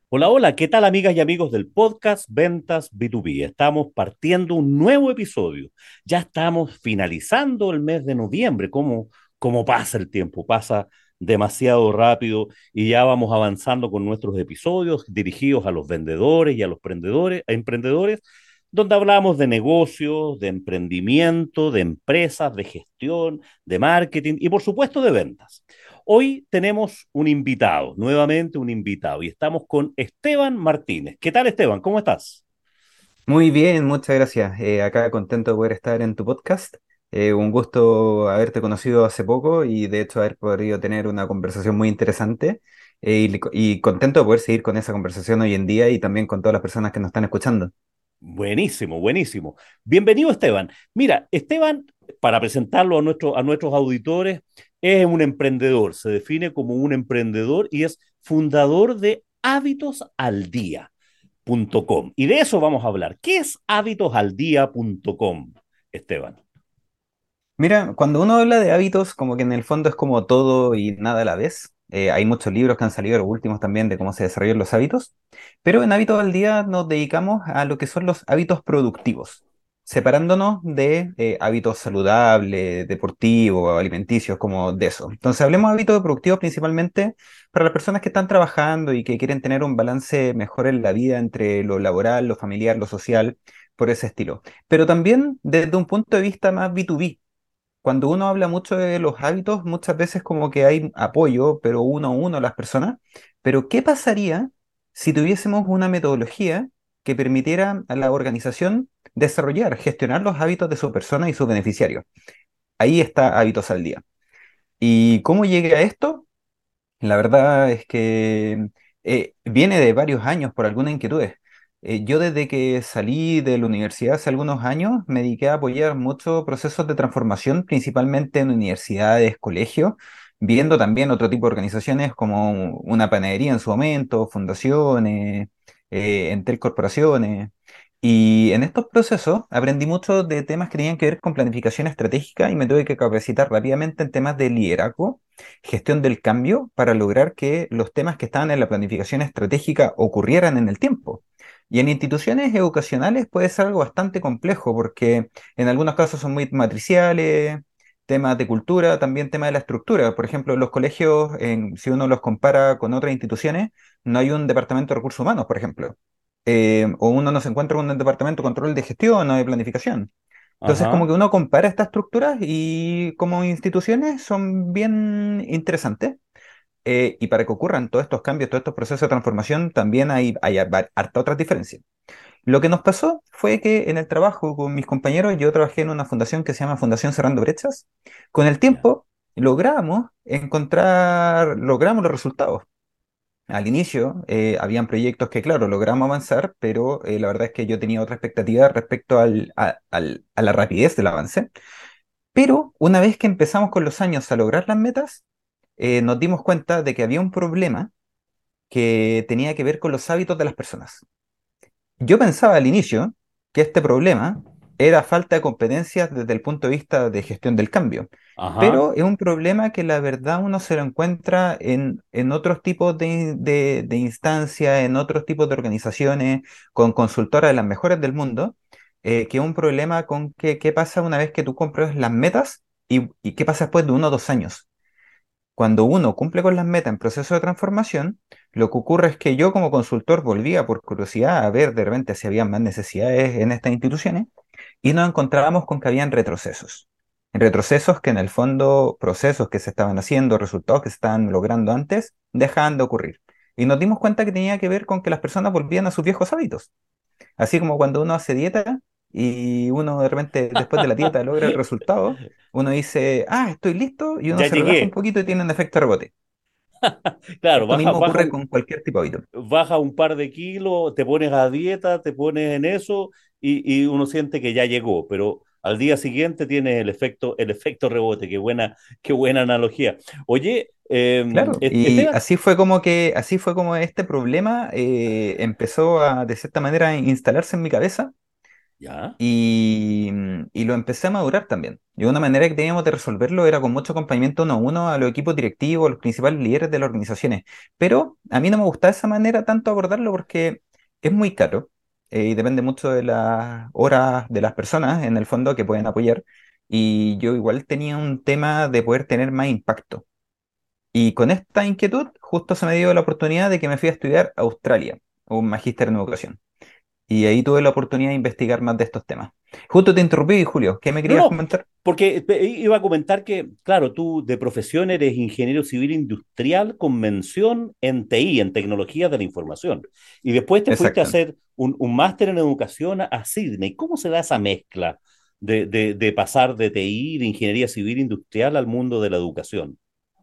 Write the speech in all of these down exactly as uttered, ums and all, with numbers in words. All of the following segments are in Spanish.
Hola, hola, ¿qué tal amigas y amigos del podcast Ventas B dos B? Estamos partiendo un nuevo episodio. Ya estamos finalizando el mes de noviembre. ¿Cómo, cómo pasa el tiempo? Pasa demasiado rápido y ya vamos avanzando con nuestros episodios dirigidos a los vendedores y a los emprendedores, a emprendedores, donde hablamos de negocios, de emprendimiento, de empresas, de gestión, de marketing y por supuesto de ventas. Hoy tenemos un invitado, nuevamente un invitado, y estamos con Esteban Martínez. ¿Qué tal, Esteban? ¿Cómo estás? Muy bien, muchas gracias. Eh, acá contento de poder estar en tu podcast. Eh, un gusto haberte conocido hace poco y de hecho haber podido tener una conversación muy interesante. Eh, y, y contento de poder seguir con esa conversación hoy en día y también con todas las personas que nos están escuchando. Buenísimo, buenísimo. Bienvenido, Esteban. Mira, Esteban, para presentarlo a, nuestro, a nuestros auditores, es un emprendedor, se define como un emprendedor y es fundador de hábitos al día punto com. Y de eso vamos a hablar. ¿Qué es hábitos al día punto com, Esteban? Mira, cuando uno habla de hábitos, como que en el fondo es como todo y nada a la vez. Eh, hay muchos libros que han salido, los últimos también, de cómo se desarrollan los hábitos, pero en Hábitos al Día nos dedicamos a lo que son los hábitos productivos, separándonos de eh, hábitos saludables, deportivos, alimenticios, como de eso. Entonces, hablemos de hábitos productivos principalmente para las personas que están trabajando y que quieren tener un balance mejor en la vida entre lo laboral, lo familiar, lo social, por ese estilo. Pero también desde un punto de vista más B dos B. Cuando uno habla mucho de los hábitos, muchas veces como que hay apoyo, pero uno a uno a las personas. Pero ¿qué pasaría si tuviésemos una metodología que permitiera a la organización desarrollar, gestionar los hábitos de su persona y sus beneficiarios? Ahí está Hábitos al Día. ¿Y cómo llegué a esto? La verdad es que eh, viene de varios años por alguna inquietud. Eh, yo desde que salí de la universidad hace algunos años me dediqué a apoyar muchos procesos de transformación, principalmente en universidades, colegios, viendo también otro tipo de organizaciones como una panadería en su momento, fundaciones, eh, Entel corporaciones. Y en estos procesos aprendí mucho de temas que tenían que ver con planificación estratégica y me tuve que capacitar rápidamente en temas de liderazgo, gestión del cambio, para lograr que los temas que estaban en la planificación estratégica ocurrieran en el tiempo. Y en instituciones educacionales puede ser algo bastante complejo porque en algunos casos son muy matriciales, temas de cultura, también temas de la estructura. Por ejemplo, los colegios, en- si uno los compara con otras instituciones, no hay un departamento de recursos humanos, por ejemplo. Eh, o uno no se encuentra con un departamento de control de gestión o de planificación. Entonces, como Ajá. que uno compara estas estructuras y como instituciones son bien interesantes. Eh, y para que ocurran todos estos cambios, todos estos procesos de transformación, también hay, hay har- harta otras diferencias. Lo que nos pasó fue que en el trabajo con mis compañeros, yo trabajé en una fundación que se llama Fundación Cerrando Brechas. Con el Ya. tiempo logramos encontrar, logramos los resultados. Al inicio eh, habían proyectos que, claro, logramos avanzar, pero eh, la verdad es que yo tenía otra expectativa respecto al- a, al- a la rapidez del avance. Pero una vez que empezamos con los años a lograr las metas, eh, nos dimos cuenta de que había un problema que tenía que ver con los hábitos de las personas. Yo pensaba al inicio que este problema era falta de competencias desde el punto de vista de gestión del cambio, Ajá. pero es un problema que la verdad uno se lo encuentra en, en otros tipos de, de, de instancias, en otros tipos de organizaciones, con consultoras de las mejores del mundo, eh, que es un problema con que, qué pasa una vez que tú compras las metas y, y qué pasa después de uno o dos años. Cuando uno cumple con las metas en proceso de transformación, lo que ocurre es que yo como consultor volvía por curiosidad a ver de repente si había más necesidades en estas instituciones y nos encontrábamos con que habían retrocesos. Retrocesos que en el fondo, procesos que se estaban haciendo, resultados que se estaban logrando antes, dejaban de ocurrir. Y nos dimos cuenta que tenía que ver con que las personas volvían a sus viejos hábitos. Así como cuando uno hace dieta y uno de repente después de la dieta logra el resultado, uno dice, ah, estoy listo, y uno Ya se relaja un llegué. poquito y tiene un efecto rebote. Claro, Esto baja, mismo baja ocurre un, con cualquier tipo de hábito. baja un par de kilos, te pones a dieta, te pones en eso y, y uno siente que ya llegó, pero al día siguiente tienes el efecto, el efecto rebote. Qué buena, qué buena analogía. Oye, eh, Claro, y Esteban, así fue como que, así fue como este problema eh, empezó a, de cierta manera, a instalarse en mi cabeza. ¿Ya? y, y lo empecé a madurar también. Y una manera que teníamos de resolverlo era con mucho acompañamiento uno a uno a los equipos directivos, a los principales líderes de las organizaciones. Pero a mí no me gustaba esa manera tanto abordarlo porque es muy caro eh, y depende mucho de las horas de las personas en el fondo que pueden apoyar. Y yo igual tenía un tema de poder tener más impacto. Y con esta inquietud, justo se me dio la oportunidad de que me fui a estudiar a Australia, un magíster en educación. Y ahí tuve la oportunidad de investigar más de estos temas. Justo te interrumpí, Julio. ¿Qué me No, querías no, comentar? porque eh, iba a comentar que, claro, tú de profesión eres ingeniero civil industrial con mención en T I, en tecnologías de la información. Y después te fuiste a Exacto. hacer un, un máster en educación a, a Sydney. ¿Cómo se da esa mezcla de, de, de pasar de T I, de ingeniería civil industrial, al mundo de la educación?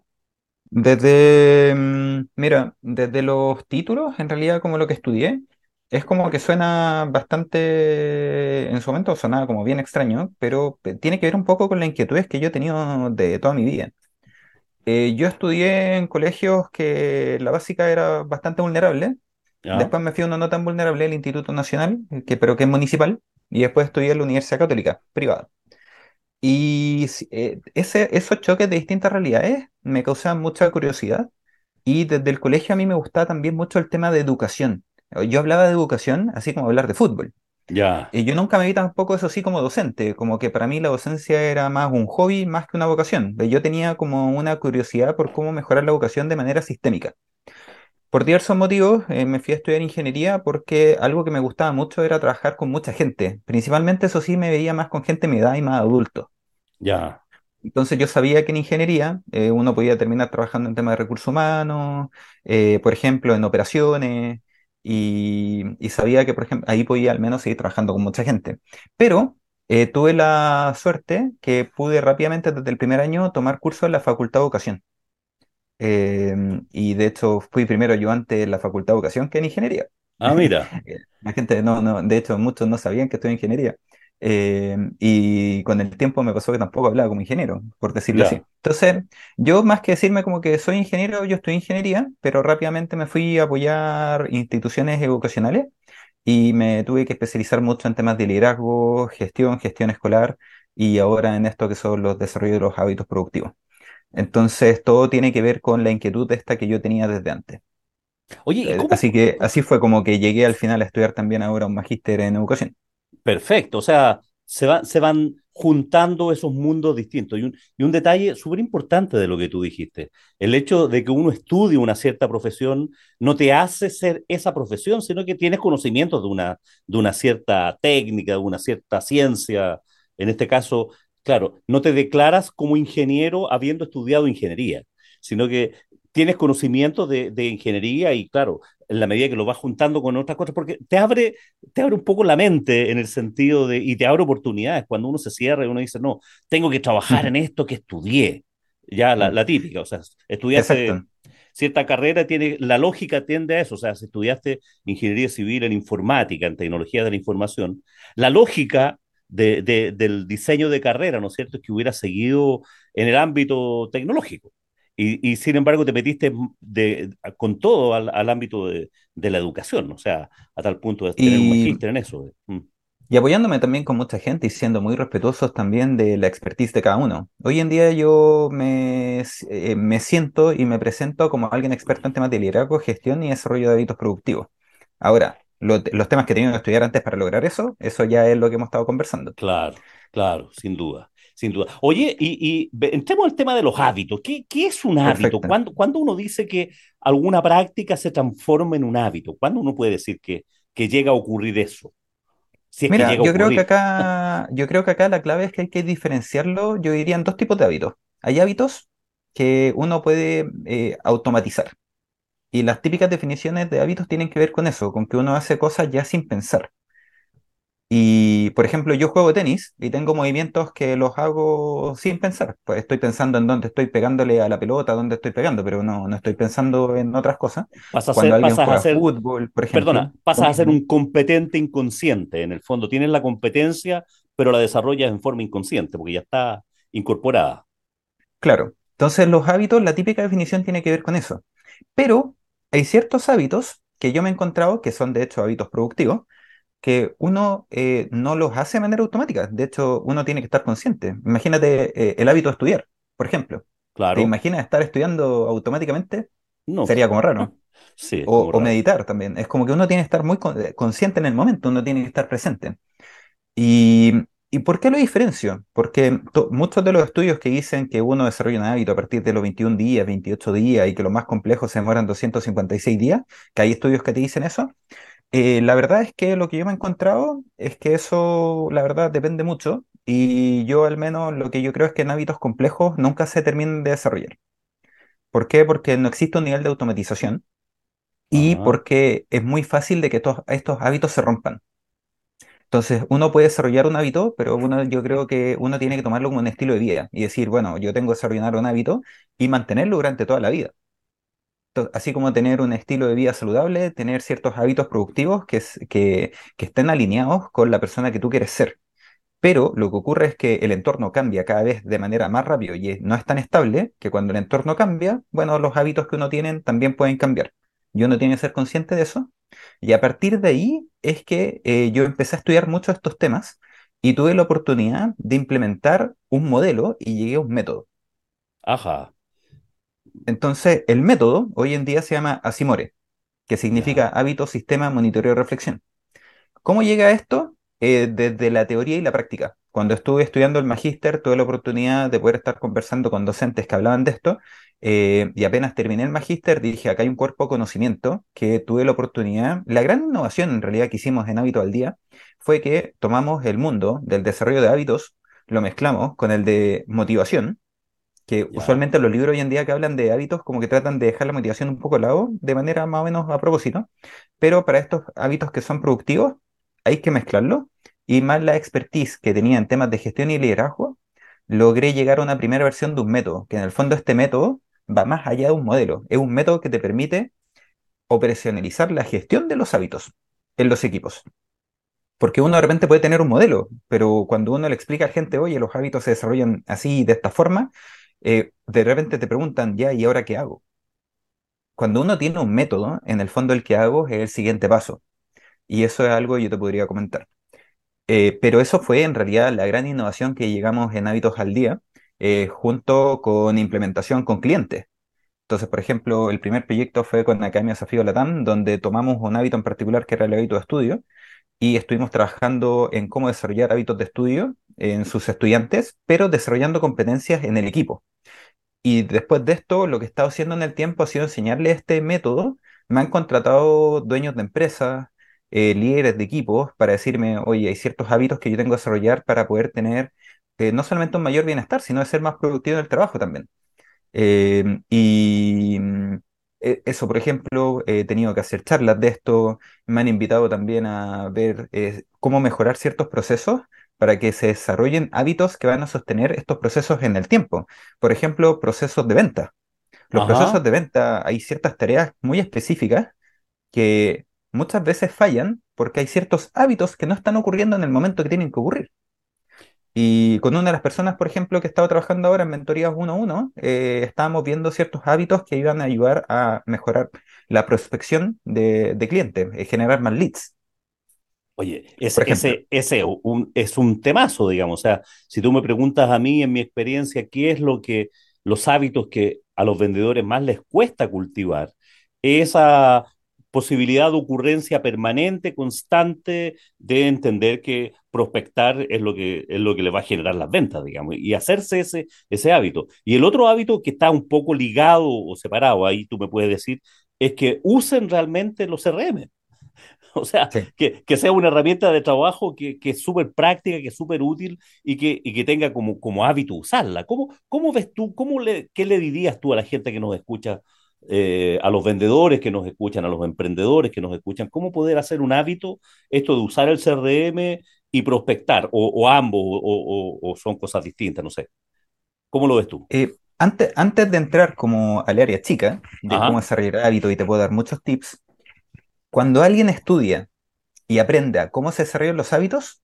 Desde, mm, mira, desde los títulos, en realidad como lo que estudié, es como que suena bastante, en su momento sonaba como bien extraño, pero eh, tiene que ver un poco con las inquietudes que yo he tenido de toda mi vida. Eh, yo estudié en colegios que la básica era bastante vulnerable. ¿Ya? Después me fui a uno no tan vulnerable, el Instituto Nacional, que, pero que es municipal. Y después estudié en la Universidad Católica, privada. Y si- eh, ese, esos choques de distintas realidades me causaban mucha curiosidad. Y desde el colegio a mí me gustaba también mucho el tema de educación. Yo hablaba de educación así como hablar de fútbol. Ya. Y yo nunca me vi tampoco eso así como docente, como que para mí la docencia era más un hobby más que una vocación. Yo tenía como una curiosidad por cómo mejorar la educación de manera sistémica. Por diversos motivos eh, me fui a estudiar ingeniería porque algo que me gustaba mucho era trabajar con mucha gente. Principalmente eso sí me veía más con gente de mi edad y más adulto. Ya. Entonces yo sabía que en ingeniería eh, uno podía terminar trabajando en temas de recursos humanos, eh, por ejemplo, en operaciones, y, y sabía que, por ejemplo, ahí podía al menos seguir trabajando con mucha gente. Pero eh, tuve la suerte que pude rápidamente desde el primer año tomar cursos en la Facultad de Educación. Eh, y de hecho fui primero ayudante en la Facultad de Educación que en Ingeniería. Ah, mira. La gente no, no, de hecho muchos no sabían que estudié ingeniería. Eh, y con el tiempo me pasó que tampoco hablaba como ingeniero, por decirlo Ya. así. Entonces, yo más que decirme como que soy ingeniero, yo estudié ingeniería, pero rápidamente me fui a apoyar instituciones educacionales y me tuve que especializar mucho en temas de liderazgo, gestión, gestión escolar y ahora en esto que son los desarrollos de los hábitos productivos. Entonces, todo tiene que ver con la inquietud esta que yo tenía desde antes. Oye, ¿y Eh, cómo? Así que así fue como que llegué al final a estudiar también ahora un magíster en educación. Perfecto, o sea, se, va- se van juntando esos mundos distintos. Y un, y un detalle súper importante de lo que tú dijiste, el hecho de que uno estudie una cierta profesión no te hace ser esa profesión, sino que tienes conocimientos de una, de una cierta técnica, de una cierta ciencia. En este caso, claro, no te declaras como ingeniero habiendo estudiado ingeniería, sino que tienes conocimientos de, de ingeniería y, claro, en la medida que lo vas juntando con otras cosas, porque te abre te abre un poco la mente en el sentido de, y te abre oportunidades. Cuando uno se cierra y uno dice, no, tengo que trabajar en esto que estudié. Ya la, Mm. la típica, o sea, estudiaste Exacto. cierta carrera, tiene, la lógica tiende a eso, o sea, si estudiaste ingeniería civil en informática, en tecnología de la información, la lógica de, de, del diseño de carrera, ¿no es cierto?, es que hubiera seguido en el ámbito tecnológico. Y, y sin embargo te metiste de, con todo al, al ámbito de, de, la educación, o sea, a tal punto de tener un Y, magíster en eso. Mm. y apoyándome también con mucha gente y siendo muy respetuosos también de la expertise de cada uno. Hoy en día yo me, eh, me siento y me presento como alguien experto en temas de liderazgo, gestión y desarrollo de hábitos productivos. Ahora, lo- los temas que he tenido que estudiar antes para lograr eso, eso ya es lo que hemos estado conversando. Claro, claro, sin duda, sin duda. Oye, y, y ve- entremos al tema de los hábitos. ¿Qué, qué es un hábito? Perfecto. ¿Cuándo, cuándo uno dice que alguna práctica se transforma en un hábito? ¿Cuándo uno puede decir que, que llega a ocurrir eso? Si es que Mira, llega a yo creo que ocurrir. acá, yo creo que acá la clave es que hay que diferenciarlo, yo diría, en dos tipos de hábitos. Hay hábitos que uno puede eh, automatizar. Y las típicas definiciones de hábitos tienen que ver con eso, con que uno hace cosas ya sin pensar. Y, por ejemplo, yo juego tenis y tengo movimientos que los hago sin pensar. Pues estoy pensando en dónde estoy pegándole a la pelota, dónde estoy pegando, pero no, no estoy pensando en otras cosas. Pasas a Cuando ser, alguien pasas a juega ser, fútbol, por ejemplo, perdona, lo pasas a ser mismo. un competente inconsciente. En el fondo, tienes la competencia, pero la desarrollas en forma inconsciente, porque ya está incorporada. Claro. Entonces, los hábitos, la típica definición tiene que ver con eso. Pero hay ciertos hábitos que yo me he encontrado, que son de hecho hábitos productivos, que uno eh, no los hace de manera automática. De hecho, uno tiene que estar consciente. Imagínate eh, el hábito de estudiar, por ejemplo. ¿Te Claro, imaginas estar estudiando automáticamente? no. Sería como raro. Sí, es O, como o raro. meditar también. Es como que uno tiene que estar muy con- eh, consciente en el momento, uno tiene que estar presente. ¿Y, y por qué lo diferencio? Porque to- muchos de los estudios que dicen que uno desarrolla un hábito a partir de los veintiún días, veintiocho días y que los más complejos se demoran doscientos cincuenta y seis días, que hay estudios que te dicen eso, eh, la verdad es que lo que yo me he encontrado es que eso, la verdad, depende mucho y yo al menos lo que yo creo es que en hábitos complejos nunca se terminan de desarrollar. ¿Por qué? Porque no existe un nivel de automatización y Ajá. porque es muy fácil de que estos, estos hábitos se rompan. Entonces, uno puede desarrollar un hábito, pero uno, yo creo que uno tiene que tomarlo como un estilo de vida y decir, bueno, yo tengo que desarrollar un hábito y mantenerlo durante toda la vida. To- Así como tener un estilo de vida saludable, tener ciertos hábitos productivos que, es- que, que estén alineados con la persona que tú quieres ser. Pero lo que ocurre es que el entorno cambia cada vez de manera más rápido y es- no es tan estable que cuando el entorno cambia, bueno, los hábitos que uno tiene también pueden cambiar. Y uno tiene que ser consciente de eso. Y a partir de ahí es que eh, yo empecé a estudiar mucho estos temas y tuve la oportunidad de implementar un modelo y llegué a un método. Ajá. Entonces, el método hoy en día se llama Asimore, que significa Ya. hábito, sistema, monitoreo y reflexión. ¿Cómo llega a esto? Eh, desde la teoría y la práctica. Cuando estuve estudiando el magíster, tuve la oportunidad de poder estar conversando con docentes que hablaban de esto, eh, y apenas terminé el magíster, dije, acá hay un cuerpo de conocimiento que tuve la oportunidad. La gran innovación en realidad que hicimos en Hábito al Día fue que tomamos el mundo del desarrollo de hábitos, lo mezclamos con el de motivación, que Ya. usualmente los libros hoy en día que hablan de hábitos como que tratan de dejar la motivación un poco al lado, de manera más o menos a propósito, pero para estos hábitos que son productivos hay que mezclarlo y más la expertise que tenía en temas de gestión y liderazgo, logré llegar a una primera versión de un método, que en el fondo este método va más allá de un modelo, es un método que te permite operacionalizar la gestión de los hábitos en los equipos. Porque uno de repente puede tener un modelo, pero cuando uno le explica a la gente, oye, los hábitos se desarrollan así, de esta forma, eh, de repente te preguntan, ya, ¿y ahora qué hago? Cuando uno tiene un método, en el fondo el que hago es el siguiente paso. Y eso es algo que yo te podría comentar. Eh, pero eso fue en realidad la gran innovación que llegamos en Hábitos al Día, eh, junto con implementación con clientes. Entonces, por ejemplo, el primer proyecto fue con Academia Desafío Latam, donde tomamos un hábito en particular que era el hábito de estudio y estuvimos trabajando en cómo desarrollar hábitos de estudio en sus estudiantes, pero desarrollando competencias en el equipo. Y después de esto, lo que he estado haciendo en el tiempo ha sido enseñarle este método. Me han contratado dueños de empresas, eh, líderes de equipos, para decirme, oye, hay ciertos hábitos que yo tengo que desarrollar para poder tener eh, no solamente un mayor bienestar, sino de ser más productivo en el trabajo también. Eh, y mm, e- eso, por ejemplo, he tenido que hacer charlas de esto, me han invitado también a ver eh, cómo mejorar ciertos procesos para que se desarrollen hábitos que van a sostener estos procesos en el tiempo. Por ejemplo, procesos de venta. Los procesos Ajá. de venta hay ciertas tareas muy específicas que muchas veces fallan porque hay ciertos hábitos que no están ocurriendo en el momento que tienen que ocurrir. Y con una de las personas, por ejemplo, que estaba trabajando ahora en mentorías uno a uno, eh, estábamos viendo ciertos hábitos que iban a ayudar a mejorar la prospección de, de clientes, eh, generar más leads, Oye, ese, por ejemplo. ese, ese un- es un temazo, digamos. O sea, si tú me preguntas a mí, en mi experiencia, qué es lo que, los hábitos que a los vendedores más les cuesta cultivar, esa posibilidad de ocurrencia permanente, constante, de entender que prospectar es lo que, es lo que le va a generar las ventas, digamos, y hacerse ese, ese hábito. Y el otro hábito que está un poco ligado o separado, ahí tú me puedes decir, es que usen realmente los C R M. O sea, Sí. que, que sea una herramienta de trabajo que, que es súper práctica, que es súper útil y que, y que tenga como, como hábito usarla. ¿Cómo, cómo ves tú, cómo le, qué le dirías tú a la gente que nos escucha, eh, a los vendedores que nos escuchan, a los emprendedores que nos escuchan? ¿Cómo poder hacer un hábito esto de usar el C R M y prospectar? O, o ambos, o, o, o son cosas distintas, no sé. ¿Cómo lo ves tú? Eh, antes, antes de entrar como al área chica de cómo Ajá, desarrollar hábitos y te puedo dar muchos tips, cuando alguien estudia y aprende a cómo se desarrollan los hábitos,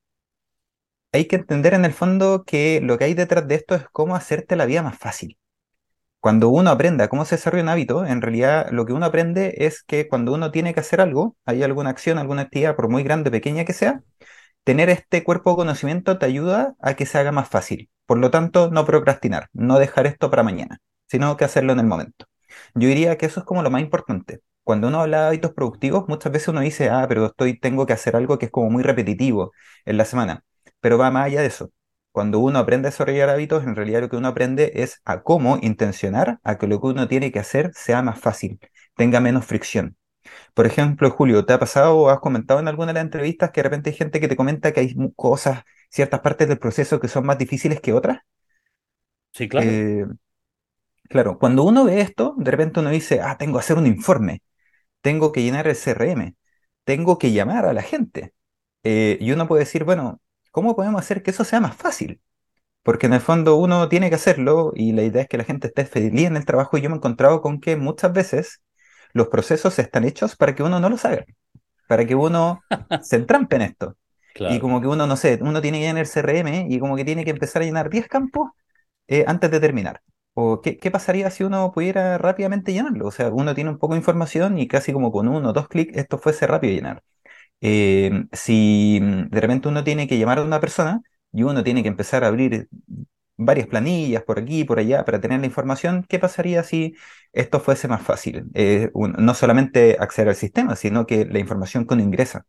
hay que entender en el fondo que lo que hay detrás de esto es cómo hacerte la vida más fácil. Cuando uno aprenda cómo se desarrolla un hábito, en realidad lo que uno aprende es que cuando uno tiene que hacer algo, hay alguna acción, alguna actividad, por muy grande o pequeña que sea, tener este cuerpo de conocimiento te ayuda a que se haga más fácil. Por lo tanto, no procrastinar, no dejar esto para mañana, sino que hacerlo en el momento. Yo diría que eso es como lo más importante. Cuando uno habla de hábitos productivos, muchas veces uno dice, ah, pero estoy, tengo que hacer algo que es como muy repetitivo en la semana. Pero va más allá de eso. Cuando uno aprende a desarrollar hábitos, en realidad lo que uno aprende es a cómo intencionar a que lo que uno tiene que hacer sea más fácil, tenga menos fricción. Por ejemplo, Julio, ¿te ha pasado o has comentado en alguna de las entrevistas que de repente hay gente que te comenta que hay mu- cosas, ciertas partes del proceso que son más difíciles que otras? Sí, claro. Eh, claro, cuando uno ve esto, de repente uno dice, ah, tengo que hacer un informe, tengo que llenar el C R M, tengo que llamar a la gente. Eh, y uno puede decir, bueno, ¿cómo podemos hacer que eso sea más fácil? Porque en el fondo uno tiene que hacerlo y la idea es que la gente esté feliz en el trabajo y yo me he encontrado con que muchas veces los procesos están hechos para que uno no los haga, para que uno se entrampe en esto. Y Claro. como que uno, no sé, uno tiene que llenar el C R M y como que tiene que empezar a llenar diez campos eh, antes de terminar. ¿O qué, qué pasaría si uno pudiera rápidamente llenarlo? O sea, uno tiene un poco de información y casi como con uno o dos clics esto fuese rápido de llenar. Eh, si mm, de repente uno tiene que llamar a una persona y uno tiene que empezar a abrir varias planillas por aquí y por allá para tener la información, ¿qué pasaría si esto fuese más fácil? Eh, un- no solamente acceder al sistema, sino que la información que uno ingresa.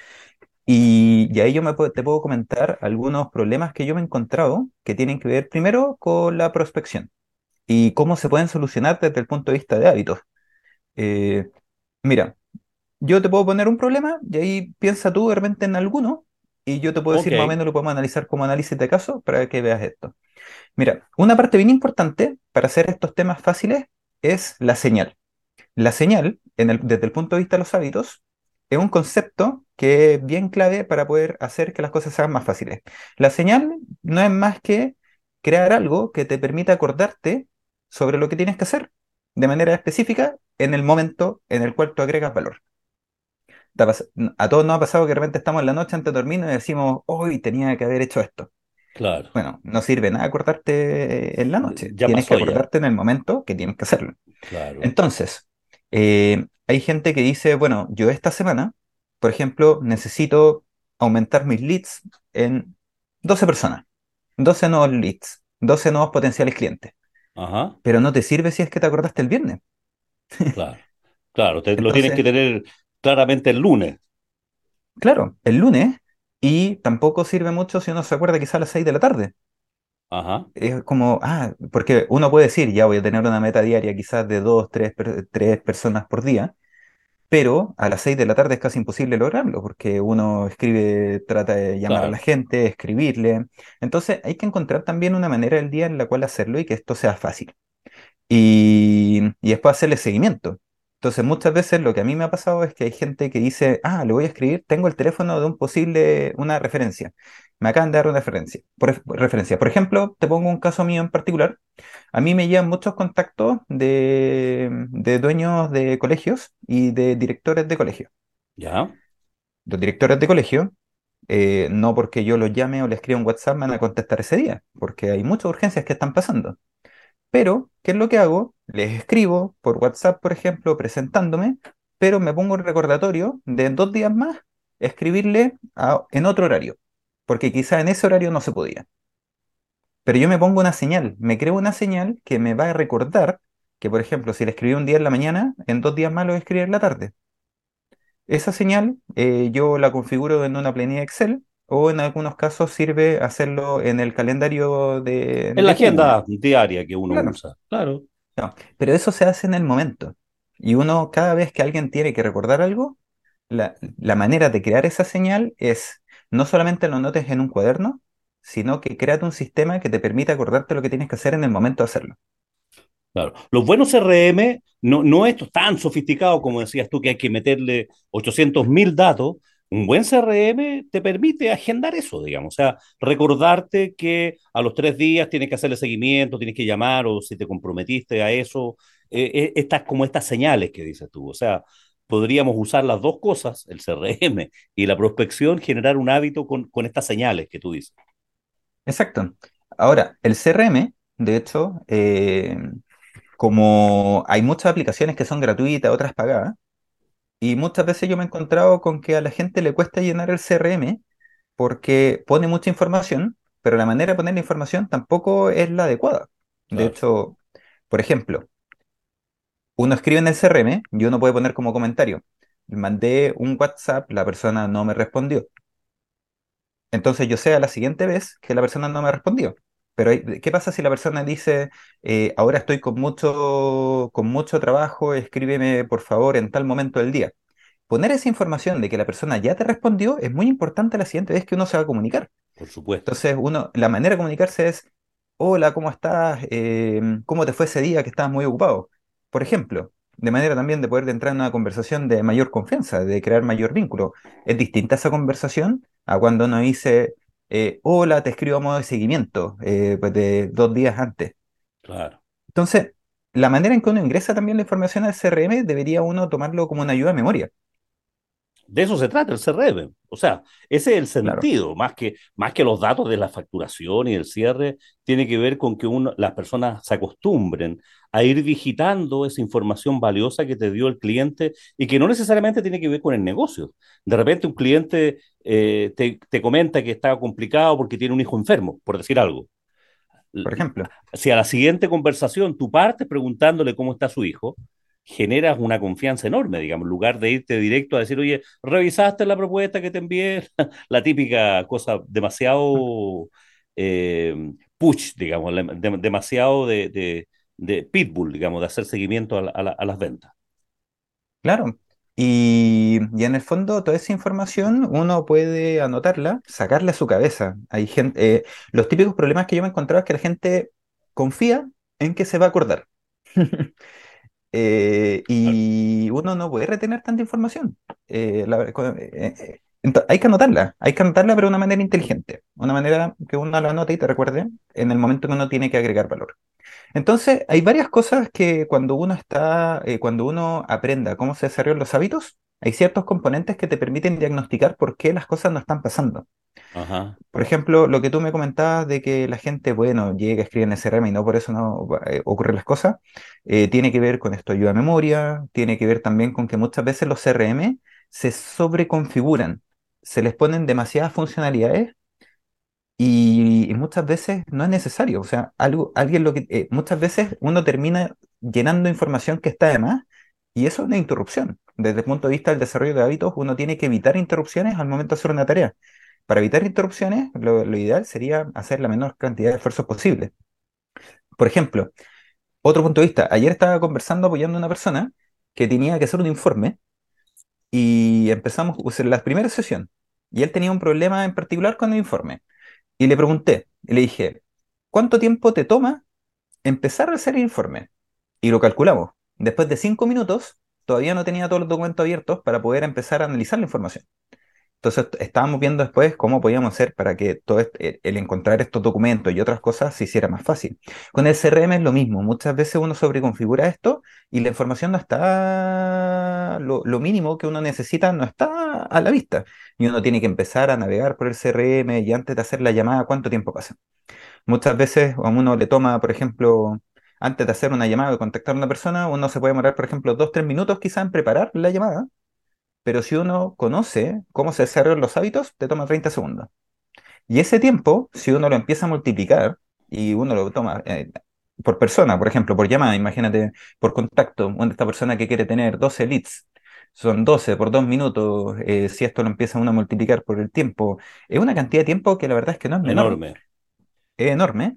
Y, y ahí yo me, puedo- te puedo comentar algunos problemas que yo me he encontrado que tienen que ver primero con la prospección y cómo se pueden solucionar desde el punto de vista de hábitos. Eh, Mira, yo te puedo poner un problema y ahí piensa tú de repente en alguno y yo te puedo Ok, decir más o menos lo podemos analizar como análisis de caso para que veas esto. Mira, una parte bien importante para hacer estos temas fáciles es la señal. La señal, en el- desde el punto de vista de los hábitos, es un concepto que es bien clave para poder hacer que las cosas sean más fáciles. La señal no es más que crear algo que te permita acordarte sobre lo que tienes que hacer de manera específica en el momento en el cual tú agregas valor. ¿Te ha pas- A todos nos ha pasado que de repente estamos en la noche antes de dormir y decimos, hoy tenía que haber hecho esto. claro. Bueno, no sirve nada acordarte en la noche, Ya tienes que pasó ya. acordarte en el momento que tienes que hacerlo. Claro. Entonces, eh, hay gente que dice, bueno, yo esta semana, por ejemplo, necesito aumentar mis leads en doce personas, doce nuevos leads, doce nuevos potenciales clientes, Ajá. pero no te sirve si es que te acordaste el viernes. Claro. Claro. Te, lo tienes que Entonces, tener claramente el lunes. claro, el lunes, y tampoco sirve mucho si uno se acuerda quizá a las seis de la tarde. Ajá. Es como, ah, porque uno puede decir, ya voy a tener una meta diaria quizás de dos, tres, per- tres personas por día, pero a las seis de la tarde es casi imposible lograrlo, porque uno escribe, trata de llamar a la Claro. gente, escribirle. Entonces hay que encontrar también una manera del día en la cual hacerlo y que esto sea fácil y, y después hacerle seguimiento. Entonces, muchas veces lo que a mí me ha pasado es que hay gente que dice, ah, le voy a escribir, tengo el teléfono de un posible, una referencia. Me acaban de dar una referencia. Por, ej- referencia. Por ejemplo, te pongo un caso mío en particular. A mí me llegan muchos contactos de, de dueños de colegios y de directores de colegios. Ya. Los directores de colegio, eh, no porque yo los llame o les escriba un WhatsApp, me van a contestar ese día, porque hay muchas urgencias que están pasando. Pero, ¿qué es lo que hago? Les escribo por WhatsApp, por ejemplo, presentándome, pero me pongo un recordatorio de en dos días más escribirle a- en otro horario, porque quizá en ese horario no se podía. Pero yo me pongo una señal, me creo una señal que me va a recordar que, por ejemplo, si le escribí un día en la mañana, en dos días más lo voy a escribir en la tarde. Esa señal eh, yo la configuro en una planilla Excel o en algunos casos sirve hacerlo en el calendario de, En la de Google. agenda diaria que uno Claro. usa. Claro. No, pero eso se hace en el momento. Y uno, cada vez que alguien tiene que recordar algo, la, la manera de crear esa señal es no solamente lo notes en un cuaderno, sino que créate un sistema que te permita acordarte lo que tienes que hacer en el momento de hacerlo. Claro. Los buenos C R M, no, no esto tan sofisticado como decías tú, que hay que meterle ochocientos mil datos. Un buen C R M te permite agendar eso, digamos. O sea, recordarte que a los tres días tienes que hacerle seguimiento, tienes que llamar o si te comprometiste a eso. Eh, eh, estas, como estas señales que dices tú. O sea, podríamos usar las dos cosas, el C R M y la prospección, generar un hábito con, con estas señales que tú dices. Exacto. Ahora, el C R M, de hecho, eh, como hay muchas aplicaciones que son gratuitas, otras pagadas, y muchas veces yo me he encontrado con que a la gente le cuesta llenar el C R M porque pone mucha información, pero la manera de poner la información tampoco es la adecuada. De Claro, hecho, por ejemplo, uno escribe en el C R M y uno puede poner como comentario, mandé un WhatsApp, la persona no me respondió. Entonces yo sé a la siguiente vez que la persona no me respondió. Pero hay- ¿qué pasa si la persona dice, eh, ahora estoy con mucho, con mucho trabajo, escríbeme por favor en tal momento del día? Poner esa información de que la persona ya te respondió es muy importante la siguiente vez que uno se va a comunicar. por supuesto. Entonces, uno, la manera de comunicarse es, hola, ¿cómo estás? Eh, ¿cómo te fue ese día que estabas muy ocupado? Por ejemplo, de manera también de poder entrar en una conversación de mayor confianza, de crear mayor vínculo. Es distinta esa conversación a cuando uno dice, eh, hola, te escribo a modo de seguimiento, eh, pues de dos días antes. Claro. Entonces, la manera en que uno ingresa también la información al C R M debería uno tomarlo como una ayuda de memoria. De eso se trata el C R M. O sea, ese es el Claro. sentido, más que, más que los datos de la facturación y el cierre, tiene que ver con que uno, las personas se acostumbren a ir digitando esa información valiosa que te dio el cliente y que no necesariamente tiene que ver con el negocio. De repente un cliente eh, te, te comenta que está complicado porque tiene un hijo enfermo, por decir algo. Por ejemplo. Si a la siguiente conversación tú partes preguntándole cómo está su hijo, generas una confianza enorme, digamos, en lugar de irte directo a decir, oye, ¿revisaste la propuesta que te envié? La típica cosa demasiado eh, push, digamos, de, demasiado de, de, de, pitbull, digamos, de hacer seguimiento a, la, a, la, a las ventas. Claro. Y, y en el fondo toda esa información uno puede anotarla, sacarla a su cabeza. Hay gente, eh, los típicos problemas que yo me he encontrado es que la gente confía en que se va a acordar. Eh, y uno no puede retener tanta información. Eh, la- cu- eh, eh, ento- hay que anotarla, hay que anotarla, pero de una manera inteligente, una manera que uno la anote y te recuerde en el momento que uno tiene que agregar valor. Entonces, hay varias cosas que cuando uno está, eh, cuando uno aprenda cómo se desarrollan los hábitos, hay ciertos componentes que te permiten diagnosticar por qué las cosas no están pasando. Ajá, Por ejemplo, lo que tú me comentabas de que la gente, bueno, llega, escribe en S R M y no por eso no eh, ocurren las cosas, eh, tiene que ver con esto ayuda a memoria, tiene que ver también con que muchas veces los C R M se sobreconfiguran, se les ponen demasiadas funcionalidades y, y muchas veces no es necesario. O sea, algo, alguien lo que, eh, muchas veces uno termina llenando información que está de más y eso es una interrupción. Desde el punto de vista del desarrollo de hábitos, uno tiene que evitar interrupciones al momento de hacer una tarea. Para evitar interrupciones, lo, lo ideal sería hacer la menor cantidad de esfuerzos posible. Por ejemplo, otro punto de vista, ayer estaba conversando apoyando a una persona que tenía que hacer un informe y empezamos a hacer la primera sesión y él tenía un problema en particular con el informe. Y le pregunté, y le dije, ¿cuánto tiempo te toma empezar a hacer el informe? Y lo calculamos. Después de cinco minutos, todavía no tenía todos los documentos abiertos para poder empezar a analizar la información. Entonces, estábamos viendo después cómo podíamos hacer para que todo este- el encontrar estos documentos y otras cosas se hiciera más fácil. Con el C R M es lo mismo. Muchas veces uno sobreconfigura esto y la información no está, lo, lo mínimo que uno necesita no está a la vista. Y uno tiene que empezar a navegar por el C R M y antes de hacer la llamada, ¿cuánto tiempo pasa? Muchas veces a uno le toma, por ejemplo, antes de hacer una llamada o contactar a una persona, uno se puede demorar, por ejemplo, dos, tres minutos quizá en preparar la llamada, pero si uno conoce cómo se desarrollan los hábitos, te toma treinta segundos. Y ese tiempo, si uno lo empieza a multiplicar y uno lo toma eh, por persona, por ejemplo, por llamada, imagínate, por contacto, una- esta persona que quiere tener doce leads, son doce por dos minutos, eh, si esto lo empieza uno a multiplicar por el tiempo, es una cantidad de tiempo que la verdad es que no es menor, enorme. es enorme.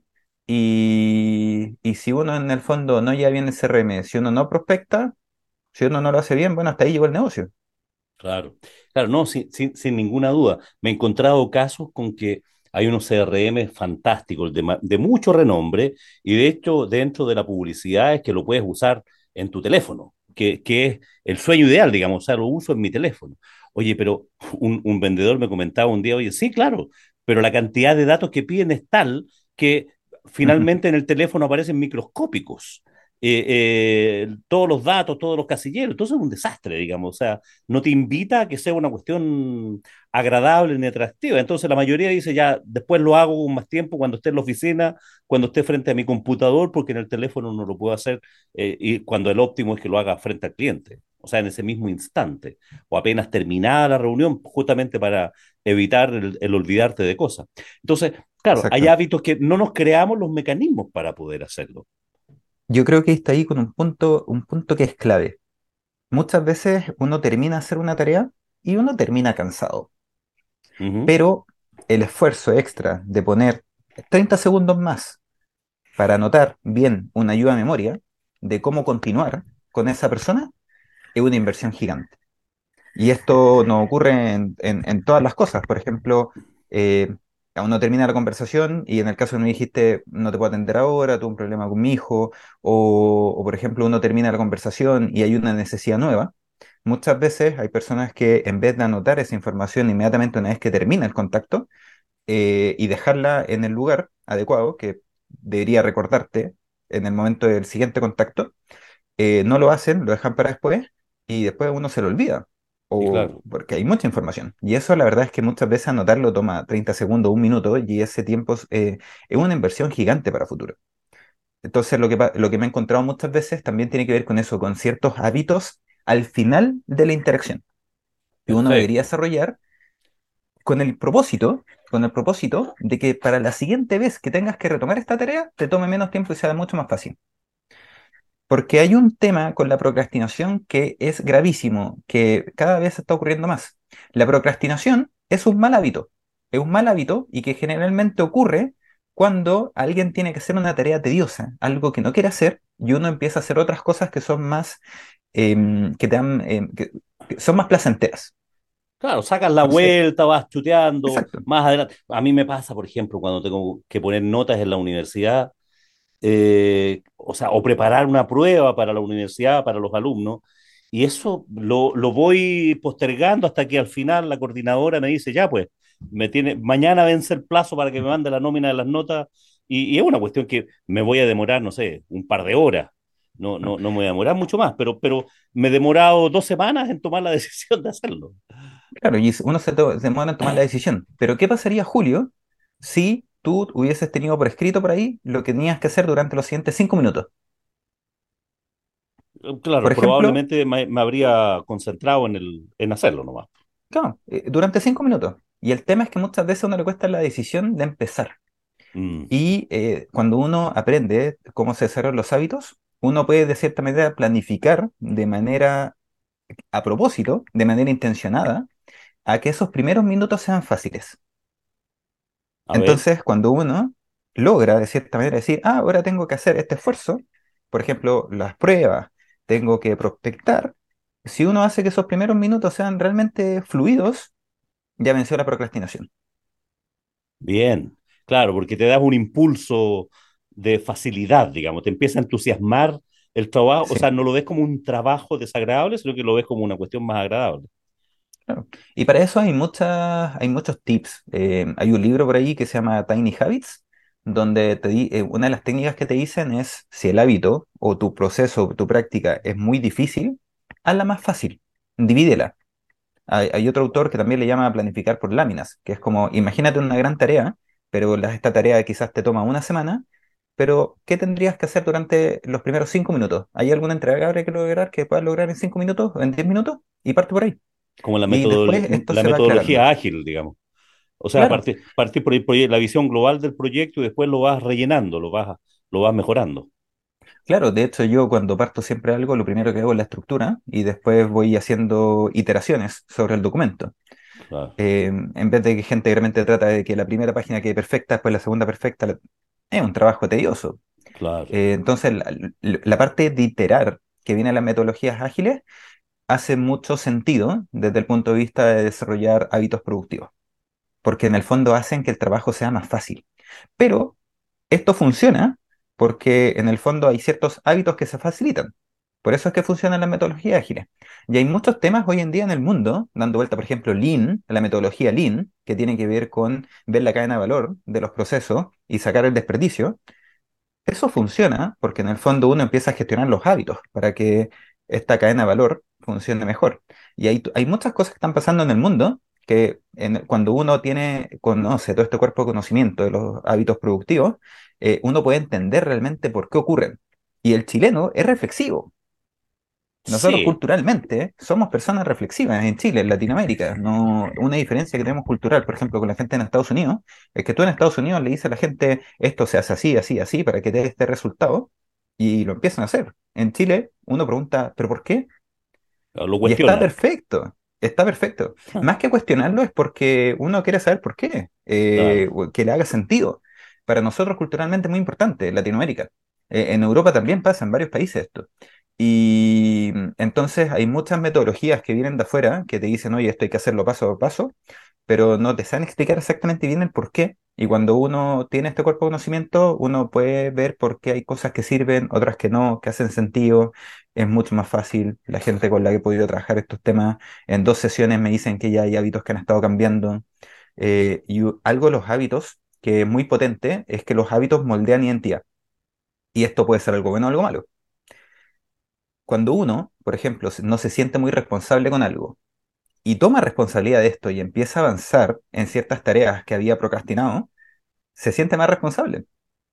Y, y si uno en el fondo no lleva bien el C R M, si uno no prospecta, si uno no lo hace bien, bueno, hasta ahí llegó el negocio. Claro, claro, no, sin, sin, sin ninguna duda. Me he encontrado casos con que hay unos C R M fantásticos, de, ma- de mucho renombre, y de hecho, dentro de la publicidad es que lo puedes usar en tu teléfono, que, que es el sueño ideal, digamos, o sea, lo uso en mi teléfono. Oye, pero un, un vendedor me comentaba un día, oye, sí, claro, pero la cantidad de datos que piden es tal que finalmente en el teléfono aparecen microscópicos. eh, eh, todos los datos, todos los casilleros. Entonces es un desastre, digamos. O sea, no te invita a que sea una cuestión agradable ni atractiva. Entonces la mayoría dice ya, después lo hago con más tiempo cuando esté en la oficina, cuando esté frente a mi computador, porque en el teléfono no lo puedo hacer, eh, y cuando el óptimo es que lo haga frente al cliente. O sea, en ese mismo instante, o apenas terminada la reunión, justamente para evitar el, el olvidarte de cosas. Entonces, claro, hay Exacto. hábitos que no nos creamos los mecanismos para poder hacerlo. Yo creo que está ahí con un punto, un punto que es clave. Muchas veces uno termina de hacer una tarea y uno termina cansado, Ujú. pero el esfuerzo extra de poner treinta segundos más para anotar bien una ayuda a memoria de cómo continuar con esa persona es una inversión gigante. Y esto no ocurre en, en- en todas las cosas. Por ejemplo, eh, uno termina la conversación y en el caso que me dijiste, no te puedo atender ahora, tuve un problema con mi hijo, o, o por ejemplo, uno termina la conversación y hay una necesidad nueva. Muchas veces hay personas que en vez de anotar esa información inmediatamente una vez que termina el contacto eh, y dejarla en el lugar adecuado, que debería recordarte en el momento del siguiente contacto, eh, no lo hacen, lo dejan para después y después uno se lo olvida. Y O claro, porque hay mucha información. Y eso la verdad es que muchas veces anotarlo toma treinta segundos, un minuto, y ese tiempo es, eh, es una inversión gigante para futuro. Entonces lo que, pa- lo que me he encontrado muchas veces también tiene que ver con eso, con ciertos hábitos al final de la interacción que uno debería perfecto. desarrollar con el propósito, con el propósito de que para la siguiente vez que tengas que retomar esta tarea, te tome menos tiempo y sea mucho más fácil. Porque hay un tema con la procrastinación que es gravísimo, que cada vez está ocurriendo más. La procrastinación es un mal hábito, es un mal hábito y que generalmente ocurre cuando alguien tiene que hacer una tarea tediosa, algo que no quiere hacer, y uno empieza a hacer otras cosas que son más, em, que te dan, em, que, que son más placenteras. Claro, sacas la Entonces, vuelta, vas chuteando exacto. más adelante. A mí me pasa, por ejemplo, cuando tengo que poner notas en la universidad, eh, o sea, o preparar una prueba para la universidad, para los alumnos, y eso lo, lo voy postergando hasta que al final la coordinadora me dice, ya pues, me tiene, mañana vence el plazo para que me mande la nómina de las notas, y, y es una cuestión que me voy a demorar, no sé, un par de horas. No, ¿No? no, no me voy a demorar mucho más, pero, pero me he demorado dos semanas en tomar la decisión de hacerlo. Claro, y uno se, to- se demora en tomar la decisión. Pero ¿qué pasaría, Julio, si tú hubieses tenido por escrito por ahí lo que tenías que hacer durante los siguientes cinco minutos? Por Claro, ejemplo, probablemente me, me habría concentrado en, el, en hacerlo nomás. claro, eh, durante cinco minutos. Y el tema es que muchas veces a uno le cuesta la decisión de empezar. Mm. Y eh, cuando uno aprende cómo se desarrollan los hábitos, uno puede de cierta manera planificar de manera a propósito, de manera intencionada, a que esos primeros minutos sean fáciles. A ver, Entonces, cuando uno logra de cierta manera decir, ah, ahora tengo que hacer este esfuerzo, por ejemplo, las pruebas, tengo que prospectar, si uno hace que esos primeros minutos sean realmente fluidos, ya venció la procrastinación. bien, claro, porque te das un impulso de facilidad, digamos, te empieza a entusiasmar el trabajo, o Sí, sea, no lo ves como un trabajo desagradable, sino que lo ves como una cuestión más agradable. claro. Y para eso hay muchas, hay muchos tips. Eh, hay un libro por ahí que se llama Tiny Habits, donde te di- eh, una de las técnicas que te dicen es si el hábito o tu proceso, tu práctica es muy difícil, hazla más fácil, divídela. Hay, hay otro autor que también le llama planificar por láminas, que es como, imagínate una gran tarea, pero la- esta tarea quizás te toma una semana, pero ¿qué tendrías que hacer durante los primeros cinco minutos? ¿Hay alguna entrega que habría que lograr que puedas lograr en cinco minutos o en diez minutos? Y parte por ahí. Como la, Y después metodolo- esto la se va metodología aclarando. ágil, digamos. O sea, Claro, partir, partir por el proye- la visión global del proyecto y después lo vas rellenando, lo vas, lo vas mejorando. claro. De hecho, yo cuando parto siempre algo, lo primero que hago es la estructura y después voy haciendo iteraciones sobre el documento. Claro, Eh, en vez de que gente realmente trata de que la primera página quede perfecta, después la segunda perfecta, la- es un trabajo tedioso. claro. Eh, entonces, la, la- la parte de iterar que viene en las metodologías ágiles hace mucho sentido desde el punto de vista de desarrollar hábitos productivos, porque en el fondo hacen que el trabajo sea más fácil. Pero esto funciona porque en el fondo hay ciertos hábitos que se facilitan. Por eso es que funcionan las metodologías ágiles. Y hay muchos temas hoy en día en el mundo, dando vuelta, por ejemplo, Lean, la metodología Lean, que tiene que ver con ver la cadena de valor de los procesos y sacar el desperdicio, Eso funciona porque en el fondo uno empieza a gestionar los hábitos para que esta cadena de valor funcione mejor. Y hay, hay muchas cosas que están pasando en el mundo que en- cuando uno tiene, conoce todo este cuerpo de conocimiento de los hábitos productivos, eh, uno puede entender realmente por qué ocurren. Y el chileno es reflexivo. Nosotros Sí, culturalmente somos personas reflexivas en Chile, en Latinoamérica. No, una diferencia que tenemos cultural, por ejemplo, con la gente en Estados Unidos, es que tú en Estados Unidos le dices a la gente esto se hace así, así, así, para que te dé este resultado, y lo empiezan a hacer. En Chile, uno pregunta, ¿pero por qué? lo Y está cuestionan. perfecto, está perfecto. Ah, Más que cuestionarlo es porque uno quiere saber por qué, eh, claro, o que le haga sentido. Para nosotros culturalmente es muy importante, en Latinoamérica. Eh, en Europa también pasa, en varios países esto. Y mm, entonces hay muchas metodologías que vienen de afuera que te dicen, oye, esto hay que hacerlo paso a paso, pero no te saben explicar exactamente bien el por qué. Y cuando uno tiene este cuerpo de conocimiento, uno puede ver por qué hay cosas que sirven, otras que no, que hacen sentido. Es mucho más fácil. La gente con la que he podido trabajar estos temas en dos sesiones me dicen que ya hay hábitos que han estado cambiando. Eh, y u- algo de los hábitos que es muy potente es que los hábitos moldean identidad. Y esto puede ser algo bueno o algo malo. Cuando uno, por ejemplo, se- no se siente muy responsable con algo y toma responsabilidad de esto y empieza a avanzar en ciertas tareas que había procrastinado, se siente más responsable.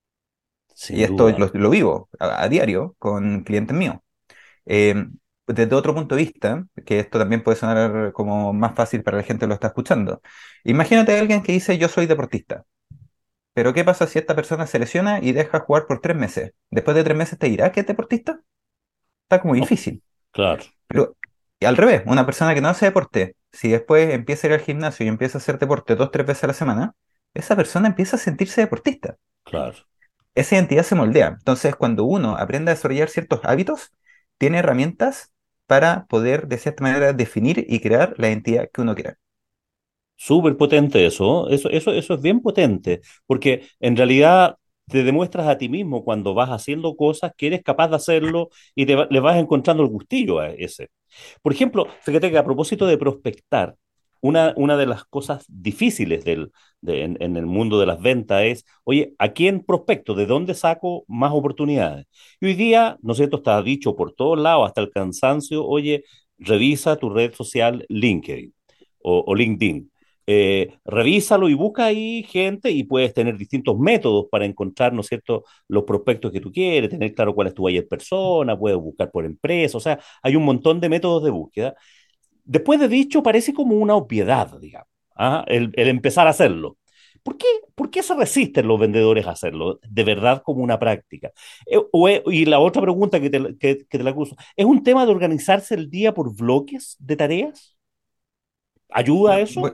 Y sin esto duda. lo, lo vivo a, a diario con clientes míos. Eh, Desde otro punto de vista, que esto también puede sonar como más fácil para la gente que lo está escuchando. Imagínate a alguien que dice yo soy deportista, pero ¿qué pasa si esta persona se lesiona y deja jugar por tres meses? Después de tres meses te dirá que es deportista. Está como No, difícil. claro, Pero y al revés, una persona que no hace deporte, si después empieza a ir al gimnasio y empieza a hacer deporte dos, tres veces a la semana, esa persona empieza a sentirse deportista. claro. Esa identidad se moldea. Entonces, cuando uno aprende a desarrollar ciertos hábitos, tiene herramientas para poder, de cierta manera, definir y crear la identidad que uno quiera. Súper potente eso, eso, eso, eso es bien potente, porque en realidad te demuestras a ti mismo cuando vas haciendo cosas que eres capaz de hacerlo y te va- le vas encontrando el gustillo a ese. Por ejemplo, fíjate que a propósito de prospectar, una, una de las cosas difíciles del, de- en, en el mundo de las ventas es, oye, ¿a quién prospecto? ¿De dónde saco más oportunidades? Y hoy día, ¿no es cierto? Está dicho por todos lados, hasta el cansancio, oye, revisa tu red social LinkedIn o, o LinkedIn. Eh, revísalo y busca ahí gente y puedes tener distintos métodos para encontrar, ¿no es cierto?, los prospectos que tú quieres, tener claro cuál es tu buyer persona, puedes buscar por empresa, o sea, hay un montón de métodos de búsqueda. Después de dicho, parece como una obviedad, digamos, ¿ah? el, el empezar a hacerlo. ¿Por qué, ¿Por qué se resisten los vendedores a hacerlo de verdad como una práctica? Eh, o es- y la otra pregunta que te, la- que, que te la acuso, ¿es un tema de organizarse el día por bloques de tareas? ¿Ayuda a Ya, voy, eso?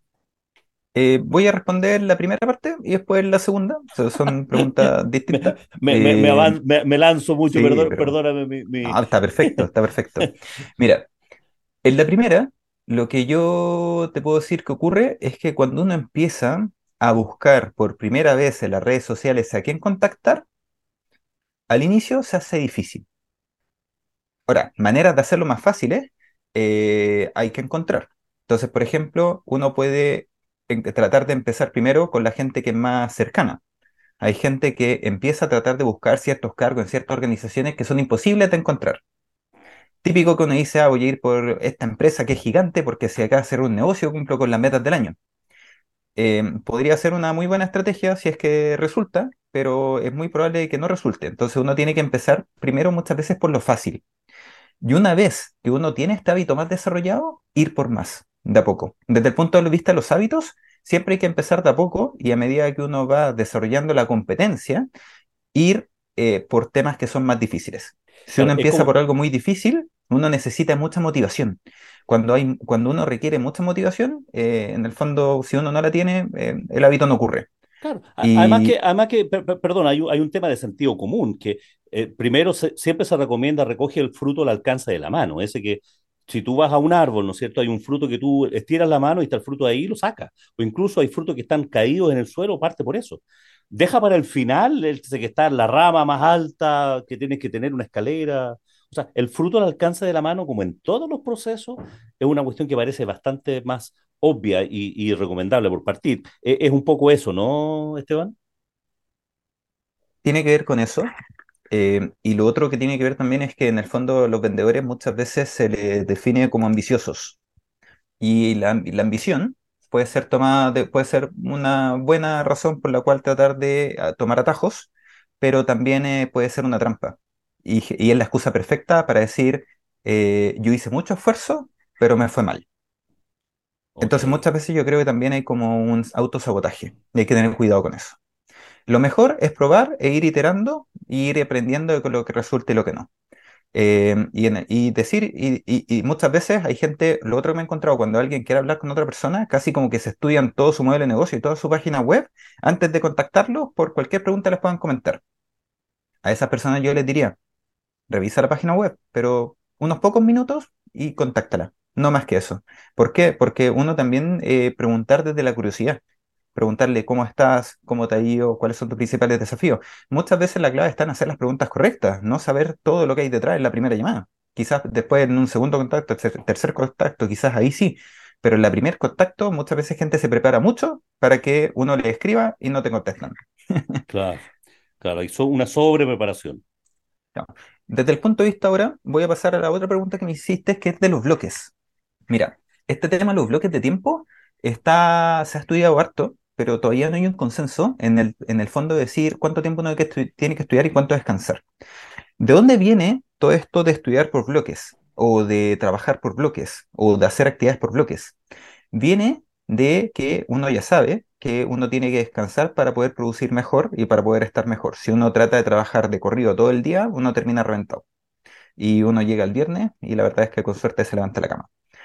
eh, voy a responder la primera parte y después la segunda. So- son preguntas me, distintas. me, me, me, Eh, avan- me- me lanzo mucho, sí, perdón, pero perdóname mi, mi- no, está perfecto, está perfecto. Mira, en la primera, lo que yo te puedo decir que ocurre es que cuando uno empieza a buscar por primera vez en las redes sociales a quién contactar, al inicio se hace difícil. Ahora, maneras de hacerlo más fáciles eh, hay que encontrar. Entonces, por ejemplo, uno puede en- tratar de empezar primero con la gente que es más cercana. Hay gente que empieza a tratar de buscar ciertos cargos en ciertas organizaciones que son imposibles de encontrar. Típico que uno dice, ah, voy a ir por esta empresa que es gigante porque si acá hacer un negocio cumplo con las metas del año. Eh, podría ser una muy buena estrategia si es que resulta, pero es muy probable que no resulte. Entonces uno tiene que empezar primero muchas veces por lo fácil. Y una vez que uno tiene este hábito más desarrollado, ir por más, de a poco. Desde el punto de vista de los hábitos, siempre hay que empezar de a poco y a medida que uno va desarrollando la competencia, ir eh, por temas que son más difíciles. Si uno Claro, es empieza como, por algo muy difícil, uno necesita mucha motivación. Cuando hay, cuando uno requiere mucha motivación, eh, en el fondo, si uno no la tiene, eh, el hábito no ocurre. claro, a- además que, Y además que per- per- perdón, hay un, hay un tema de sentido común, que eh, primero se- siempre se recomienda recoge el fruto al alcance de la mano, ese que si tú vas a un árbol, ¿no es cierto? Hay un fruto que tú estiras la mano y está el fruto ahí y lo sacas, o incluso hay frutos que están caídos en el suelo, parte por eso. Deja para el final, el que está en la rama más alta, que tienes que tener una escalera. O sea, el fruto al alcance de la mano, como en todos los procesos, es una cuestión que parece bastante más obvia y, y recomendable por partir. E- Es un poco eso, ¿no, Esteban? tiene que ver con eso. Eh, y lo otro que tiene que ver también es que en el fondo los vendedores muchas veces se les define como ambiciosos. Y la, la ambición puede ser tomada de- puede ser una buena razón por la cual tratar de ah, tomar atajos, pero también eh, puede ser una trampa. Y, y es la excusa perfecta para decir, eh, yo hice mucho esfuerzo, pero me fue mal. Ok, Entonces muchas veces yo creo que también hay como un autosabotaje y hay que tener cuidado con eso. Lo mejor es probar e ir iterando y ir aprendiendo de lo que resulte y lo que no. Eh, y, en- y decir, y, y- y muchas veces hay gente, lo otro que me he encontrado, cuando alguien quiere hablar con otra persona, casi como que se estudian todo su modelo de negocio y toda su página web antes de contactarlos por cualquier pregunta que les puedan comentar. A esas personas yo les diría, revisa la página web, pero unos pocos minutos y contáctala. No más que eso. ¿Por qué? Porque uno también eh, preguntar desde la curiosidad. Preguntarle cómo estás, cómo te ha ido, cuáles son tus principales desafíos. Muchas veces la clave está en hacer las preguntas correctas, no saber todo lo que hay detrás en la primera llamada. Quizás después en un segundo contacto, tercer, tercer contacto, quizás ahí sí. Pero en la primer contacto muchas veces gente se prepara mucho para que uno le escriba y no te contestan. claro, claro, hizo una sobrepreparación. No. Desde el punto de vista ahora, voy a pasar a la otra pregunta que me hiciste, que es de los bloques. Mira, este tema de los bloques de tiempo está, se ha estudiado harto, pero todavía no hay un consenso en el, en el fondo de decir cuánto tiempo uno hay que estu- tiene que estudiar y cuánto descansar. ¿De dónde viene todo esto de estudiar por bloques? O de trabajar por bloques, o de hacer actividades por bloques. Viene de que uno ya sabe que uno tiene que descansar para poder producir mejor y para poder estar mejor. Si uno trata de trabajar de corrido todo el día, uno termina reventado. Y uno llega el viernes y la verdad es que con suerte se levanta de la cama.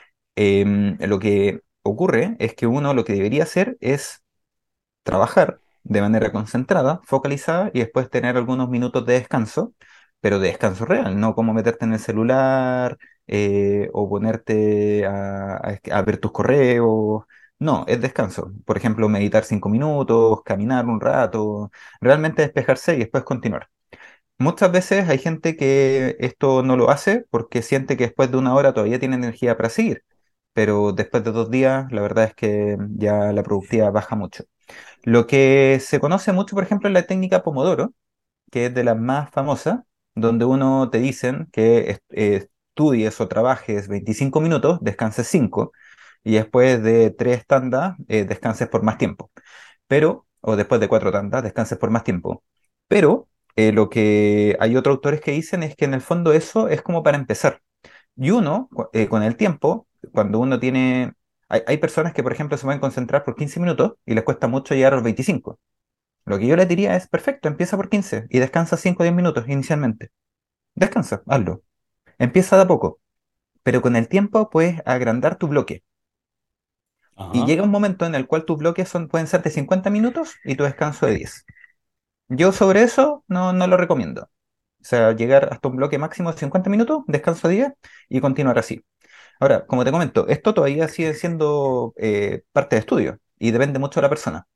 Em, lo que ocurre es que uno lo que debería hacer es trabajar de manera concentrada, focalizada y después tener algunos minutos de descanso, pero de descanso real, no como meterte en el celular eh, o ponerte a, a es- a ver tus correos. No, es descanso. Por ejemplo, meditar cinco minutos, caminar un rato, realmente despejarse y después continuar. Muchas veces hay gente que esto no lo hace porque siente que después de una hora todavía tiene energía para seguir, pero después de dos días la verdad es que ya la productividad baja mucho. Lo que se conoce mucho, por ejemplo, es la técnica Pomodoro, que es de las más famosas, donde uno te dicen que est- eh, estudies o trabajes veinticinco minutos, descanses cinco y después de tres tandas eh, descanses por más tiempo. Pero, o después de cuatro tandas, descanses por más tiempo. Pero eh, lo que hay otros autores que dicen es que en el fondo eso es como para empezar. Y uno, cu- eh, con el tiempo, cuando uno tiene... Hay, hay personas que, por ejemplo, se pueden concentrar por quince minutos y les cuesta mucho llegar a los veinticinco. Lo que yo les diría es, perfecto, empieza por quince y descansa cinco o diez minutos inicialmente. Descansa, hazlo. Empieza de a poco, pero con el tiempo puedes agrandar tu bloque. Y Ajá, llega un momento en el cual tus bloques son, pueden ser de cincuenta minutos y tu descanso de diez. Yo sobre eso no, no lo recomiendo. O sea, llegar hasta un bloque máximo de cincuenta minutos, descanso diez y continuar así. Ahora, como te comento, esto todavía sigue siendo eh, parte de estudio y depende mucho de la persona.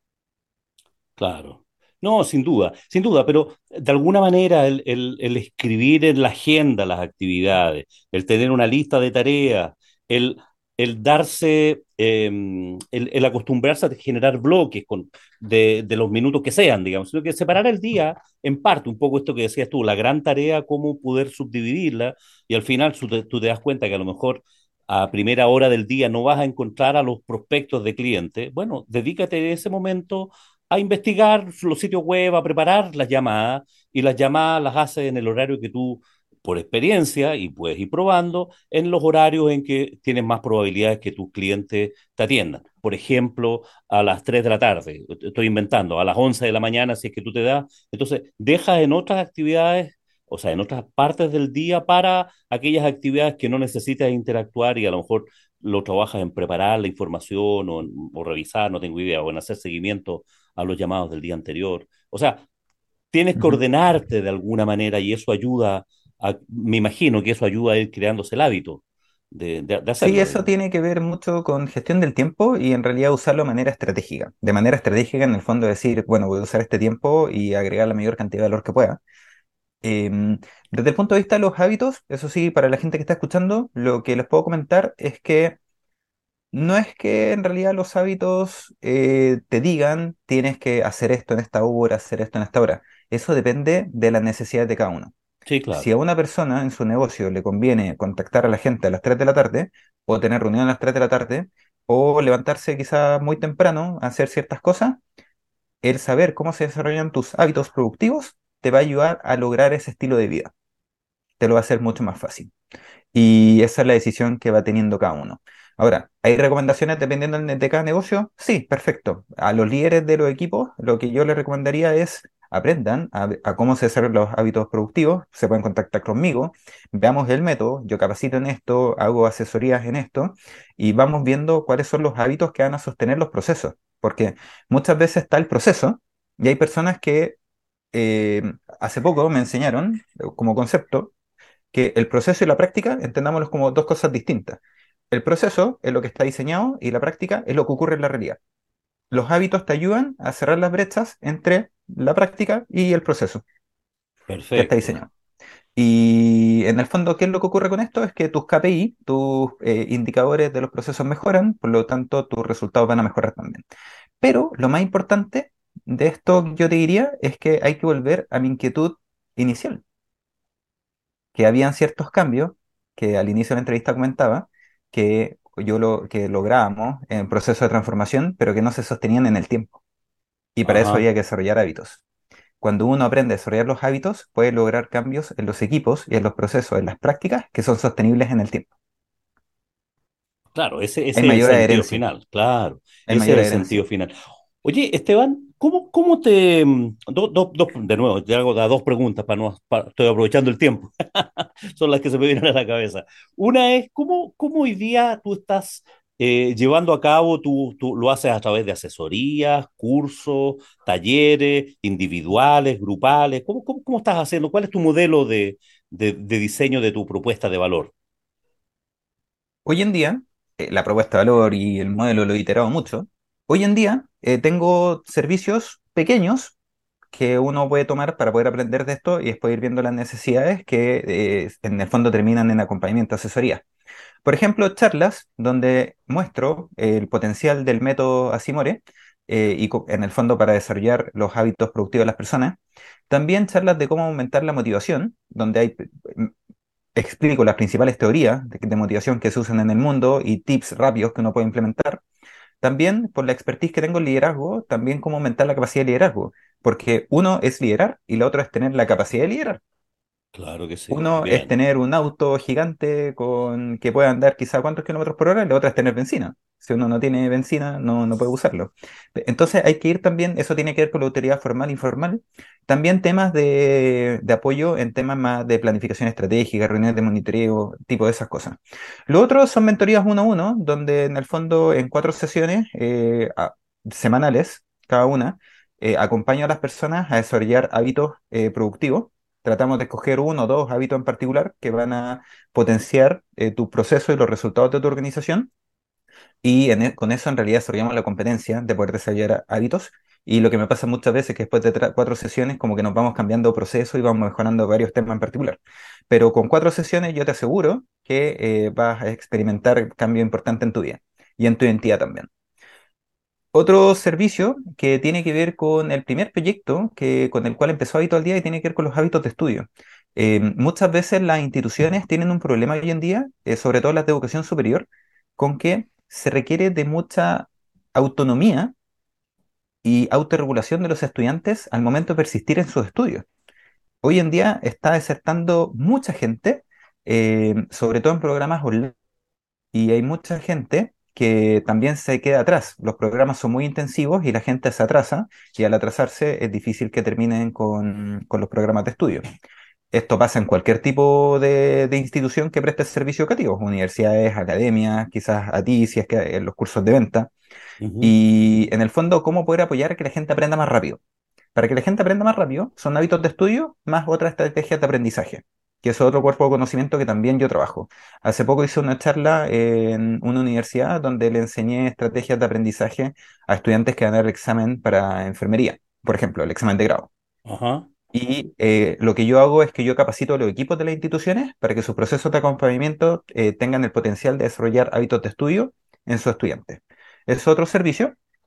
claro. No, sin duda, sin duda, pero de alguna manera el, el- el escribir en la agenda las actividades, el tener una lista de tareas, el, el darse, eh, el, el acostumbrarse a generar bloques con, de, de los minutos que sean, digamos, sino que separar el día en parte, un poco esto que decías tú, la gran tarea, cómo poder subdividirla, y al final tú te, tú te das cuenta que a lo mejor a primera hora del día no vas a encontrar a los prospectos de clientes. Bueno, dedícate en ese momento a investigar los sitios web, a preparar las llamadas, y las llamadas las haces en el horario que tú, por experiencia, y puedes ir probando, en los horarios en que tienes más probabilidades que tus clientes te atiendan. Por ejemplo, a las tres de la tarde, estoy inventando, a las once de la mañana, si es que tú te das. Entonces, dejas en otras actividades, o sea, en otras partes del día para aquellas actividades que no necesitas interactuar y a lo mejor lo trabajas en preparar la información o, en- o revisar, no tengo idea, o en hacer seguimiento a los llamados del día anterior. O sea, tienes que Ujú. ordenarte de alguna manera y eso ayuda, a, me imagino que eso ayuda a ir creándose el hábito de, de, de Sí, hacerlo, eso digamos. tiene que ver mucho con gestión del tiempo y en realidad usarlo de manera estratégica. De manera estratégica, en el fondo, decir, bueno, voy a usar este tiempo y agregar la mayor cantidad de valor que pueda. Em, Desde el punto de vista de los hábitos, eso sí, para la gente que está escuchando, lo que les puedo comentar es que no es que en realidad los hábitos eh, te digan tienes que hacer esto en esta hora, hacer esto en esta hora. Eso depende de las necesidades de cada uno. Sí, Si claro. a una persona en su negocio le conviene contactar a la gente a las tres de la tarde, o tener reunión a las tres de la tarde, o levantarse quizás muy temprano a hacer ciertas cosas, el saber cómo se desarrollan tus hábitos productivos te va a ayudar a lograr ese estilo de vida. Te lo va a hacer mucho más fácil. Y esa es la decisión que va teniendo cada uno. Ahora, ¿hay recomendaciones dependiendo del- de cada negocio? Sí, perfecto. A los líderes de los equipos, lo que yo les recomendaría es aprendan a, a cómo se desarrollan los hábitos productivos, se pueden contactar conmigo, veamos el método, yo capacito en esto, hago asesorías en esto y vamos viendo cuáles son los hábitos que van a sostener los procesos. Porque muchas veces está el proceso y hay personas que eh, hace poco me enseñaron eh, como concepto que el proceso y la práctica entendámoslos como dos cosas distintas. El proceso es lo que está diseñado y la práctica es lo que ocurre en la realidad. Los hábitos te ayudan a cerrar las brechas entre la práctica y el proceso que está Perfecto. diseñado. Y en el fondo, ¿qué es lo que ocurre con esto? Es que tus K P I, tus eh, indicadores de los procesos mejoran, por lo tanto tus resultados van a mejorar también. Pero lo más importante de esto, yo te diría, es que hay que volver a mi inquietud inicial, que habían ciertos cambios que al inicio de la entrevista comentaba que yo lo que lográbamos en proceso de transformación, pero que no se sostenían en el tiempo. Y para eso Ajá. había que desarrollar hábitos. Cuando uno aprende a desarrollar los hábitos, puede lograr cambios en los equipos y en los procesos, en las prácticas que son sostenibles en el tiempo. Claro, ese, Hay ese es el mayor sentido adherencia, final, claro, hay ese es mayor el sentido adherencia. final. Oye, Esteban, ¿cómo, cómo te... mm, do- do- do- de nuevo, te hago da dos preguntas para no... para- estoy aprovechando el tiempo, son las que se me vienen a la cabeza. Una es, ¿cómo, cómo hoy día tú estás eh, llevando a cabo, tú, tú lo haces a través de asesorías, cursos, talleres, individuales, grupales? ¿Cómo, cómo, cómo estás haciendo? ¿Cuál es tu modelo de, de, de diseño de tu propuesta de valor? Hoy en día, eh, la propuesta de valor y el modelo lo he iterado mucho. Hoy en día eh, tengo servicios pequeños que uno puede tomar para poder aprender de esto y después ir viendo las necesidades que eh, en el fondo terminan en acompañamiento, asesoría. Por ejemplo, charlas donde muestro el potencial del método Asimore eh, y co- en el fondo para desarrollar los hábitos productivos de las personas. También charlas de cómo aumentar la motivación, donde hay, mm, explico las principales teorías de, de motivación que se usan en el mundo y tips rápidos que uno puede implementar. También por la expertise que tengo en liderazgo, también cómo aumentar la capacidad de liderazgo, porque uno es liderar y la otra es tener la capacidad de liderar. Claro que sí, Uno es bien. tener un auto gigante con que pueda andar quizá cuántos kilómetros por hora, y la otra es tener benzina. Si uno no tiene benzina, no, no puede usarlo. Entonces hay que ir también, eso tiene que ver con la autoridad formal e informal. También temas de, de apoyo en temas más de planificación estratégica, reuniones de monitoreo, tipo de esas cosas. Lo otro son mentorías uno a uno, donde en el fondo en cuatro sesiones eh, a- semanales, cada una, eh, acompaño a las personas a desarrollar hábitos eh, productivos. Tratamos de escoger uno o dos hábitos en particular que van a potenciar eh, tu proceso y los resultados de tu organización. Y en e- con eso en realidad desarrollamos la competencia de poder desarrollar hábitos. Y lo que me pasa muchas veces es que después de tra- cuatro sesiones como que nos vamos cambiando proceso y vamos mejorando varios temas en particular. Pero con cuatro sesiones yo te aseguro que eh, vas a experimentar cambio importante en tu vida y en tu identidad también. Otro servicio que tiene que ver con el primer proyecto que, con el cual empezó Hábito al Día y tiene que ver con los hábitos de estudio. Eh, muchas veces las instituciones tienen un problema hoy en día, eh, sobre todo las de educación superior, con que se requiere de mucha autonomía y autorregulación de los estudiantes al momento de persistir en sus estudios. Hoy en día está desertando mucha gente, eh, sobre todo en programas online y hay mucha gente que también se queda atrás. Los programas son muy intensivos y la gente se atrasa y al atrasarse es difícil que terminen con, con los programas de estudio. Esto pasa en cualquier tipo de, de institución que preste servicios educativos, universidades, academias, quizás a ti, si es que en los cursos de venta. Ujú. Y en el fondo, ¿cómo poder apoyar a que la gente aprenda más rápido? Para que la gente aprenda más rápido, son hábitos de estudio más otras estrategias de aprendizaje, que es otro cuerpo de conocimiento que también yo trabajo. Hace poco hice una charla en una universidad donde le enseñé estrategias de aprendizaje a estudiantes que van a dar el examen para enfermería, por ejemplo, el examen de grado. Ajá. Y eh, lo que yo hago es que yo capacito a los equipos de las instituciones para que sus procesos de acompañamiento eh, tengan el potencial de desarrollar hábitos de estudio en sus estudiantes. Es otro servicio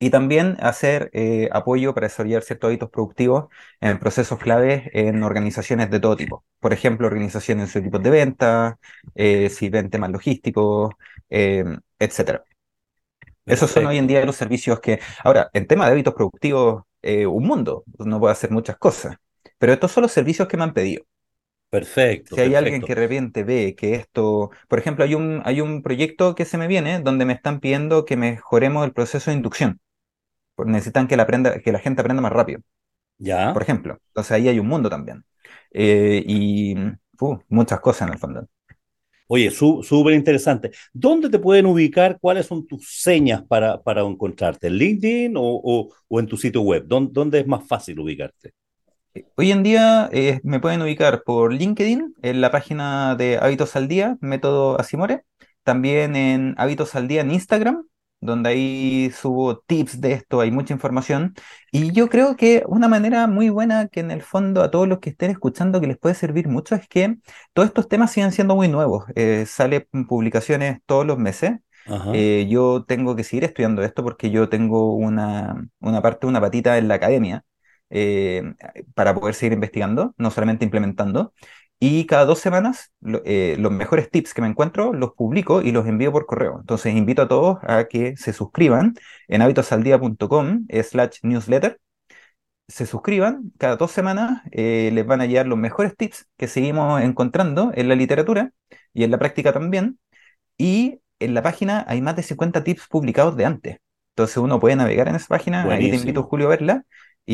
y también hacer eh, apoyo para desarrollar ciertos hábitos productivos en procesos claves en organizaciones de todo tipo. Por ejemplo, organizaciones en sus equipos de venta, eh, si ven temas logísticos, eh, etcétera. Esos son hoy en Perfecto, día los servicios que... Ahora, en tema de hábitos productivos, eh, un mundo, no puede hacer muchas cosas, pero estos son los servicios que me han pedido. perfecto, Si hay alguien perfecto. que de repente ve que esto, por ejemplo, hay un, hay un proyecto que se me viene donde me están pidiendo que mejoremos el proceso de inducción. Pues necesitan que la, aprenda, que la gente aprenda más rápido, por Ya. ejemplo. Entonces ahí hay un mundo también. Eh, y uh, muchas cosas en el fondo. Oye, su- súper interesante. ¿Dónde te pueden ubicar? ¿Cuáles son tus señas para, para encontrarte? ¿En LinkedIn o, o- o en tu sitio web? ¿Dónde, dónde es más fácil ubicarte? Hoy en día eh, me pueden ubicar por LinkedIn, en la página de Hábitos al Día, método Asimore, también en Hábitos al Día en Instagram, donde ahí subo tips de esto, hay mucha información. Y yo creo que una manera muy buena que en el fondo a todos los que estén escuchando que les puede servir mucho es que todos estos temas siguen siendo muy nuevos. Eh, sale publicaciones todos los meses. Ajá. Eh, yo tengo que seguir estudiando esto porque yo tengo una, una parte, una patita en la academia. eh, para poder seguir investigando, no solamente implementando. Y cada dos semanas lo- eh, los mejores tips que me encuentro los publico y los envío por correo. Entonces invito a todos a que se suscriban en hábitosaldia punto com slash newsletter. Se suscriban, cada dos semanas eh, les van a llegar los mejores tips que seguimos encontrando en la literatura y en la práctica también. Y en la página hay más de cincuenta tips publicados de antes. Entonces uno puede navegar en esa página, ahí te invito, Buenísimo. Julio, a verla.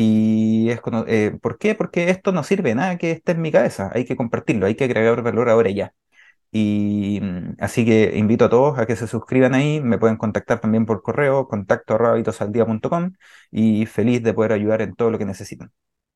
Y es cono- eh, ¿por qué? Porque esto no sirve de nada que esté en mi cabeza. Hay que compartirlo, hay que agregar valor ahora y ya. Y mm, así que invito a todos a que se suscriban ahí. Me pueden contactar también por correo, contacto arroba hábitosaldia punto com y feliz de poder ayudar en todo lo que necesiten.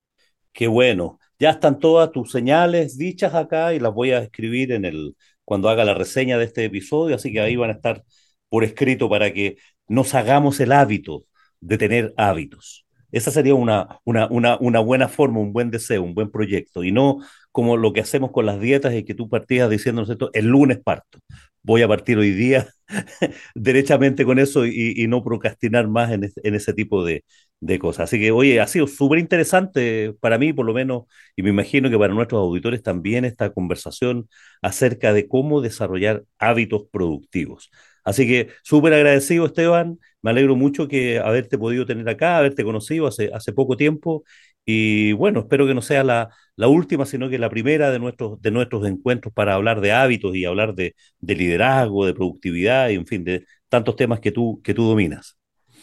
Qué bueno. Ya están todas tus señales dichas acá y las voy a escribir en el, cuando haga la reseña de este episodio, así que ahí van a estar por escrito para que nos hagamos el hábito de tener hábitos. Esa sería una, una, una, una buena forma, un buen deseo, un buen proyecto, y no como lo que hacemos con las dietas y que tú partías diciéndonos esto, el lunes parto. Voy a partir hoy día derechamente con eso y, y no procrastinar más en, es- en ese tipo de, de cosas. Así que, oye, ha sido súper interesante para mí, por lo menos, y me imagino que para nuestros auditores también esta conversación acerca de cómo desarrollar hábitos productivos. Así que súper agradecido, Esteban. Me alegro mucho que haberte podido tener acá, haberte conocido hace, hace poco tiempo. Y bueno, espero que no sea la, la última, sino que la primera de nuestros, de nuestros encuentros para hablar de hábitos y hablar de, de liderazgo, de productividad y, en fin, de tantos temas que tú, que tú dominas.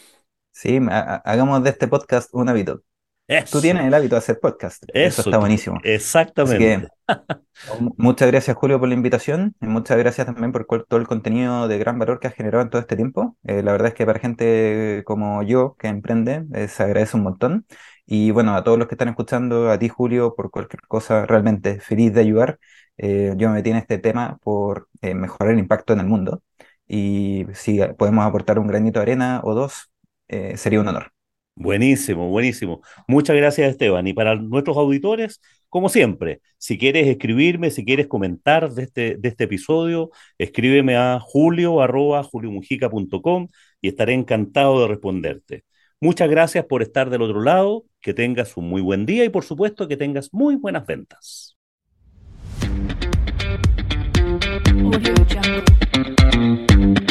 Sí, ha- ha- hagamos de este podcast un hábito. Tú tienes Eso. el hábito de hacer podcast, eso Eso, está buenísimo. Así que exactamente. mu- muchas gracias, Julio, por la invitación y muchas gracias también por cual- todo el contenido de gran valor que has generado en todo este tiempo. Eh, la verdad es que para gente como yo que emprende, eh, se agradece un montón. Y bueno, a todos los que están escuchando, a ti, Julio, por cualquier cosa, realmente feliz de ayudar. Eh, yo me metí en este tema por eh, mejorar el impacto en el mundo. Y si podemos aportar un granito de arena o dos, eh, sería un honor. Buenísimo, buenísimo. Muchas gracias, Esteban. Y para nuestros auditores, como siempre, si quieres escribirme, si quieres comentar de este, de este episodio, escríbeme a julio arroba juliomujica punto com y estaré encantado de responderte. Muchas gracias por estar del otro lado, que tengas un muy buen día y por supuesto que tengas muy buenas ventas. Audio Jungle.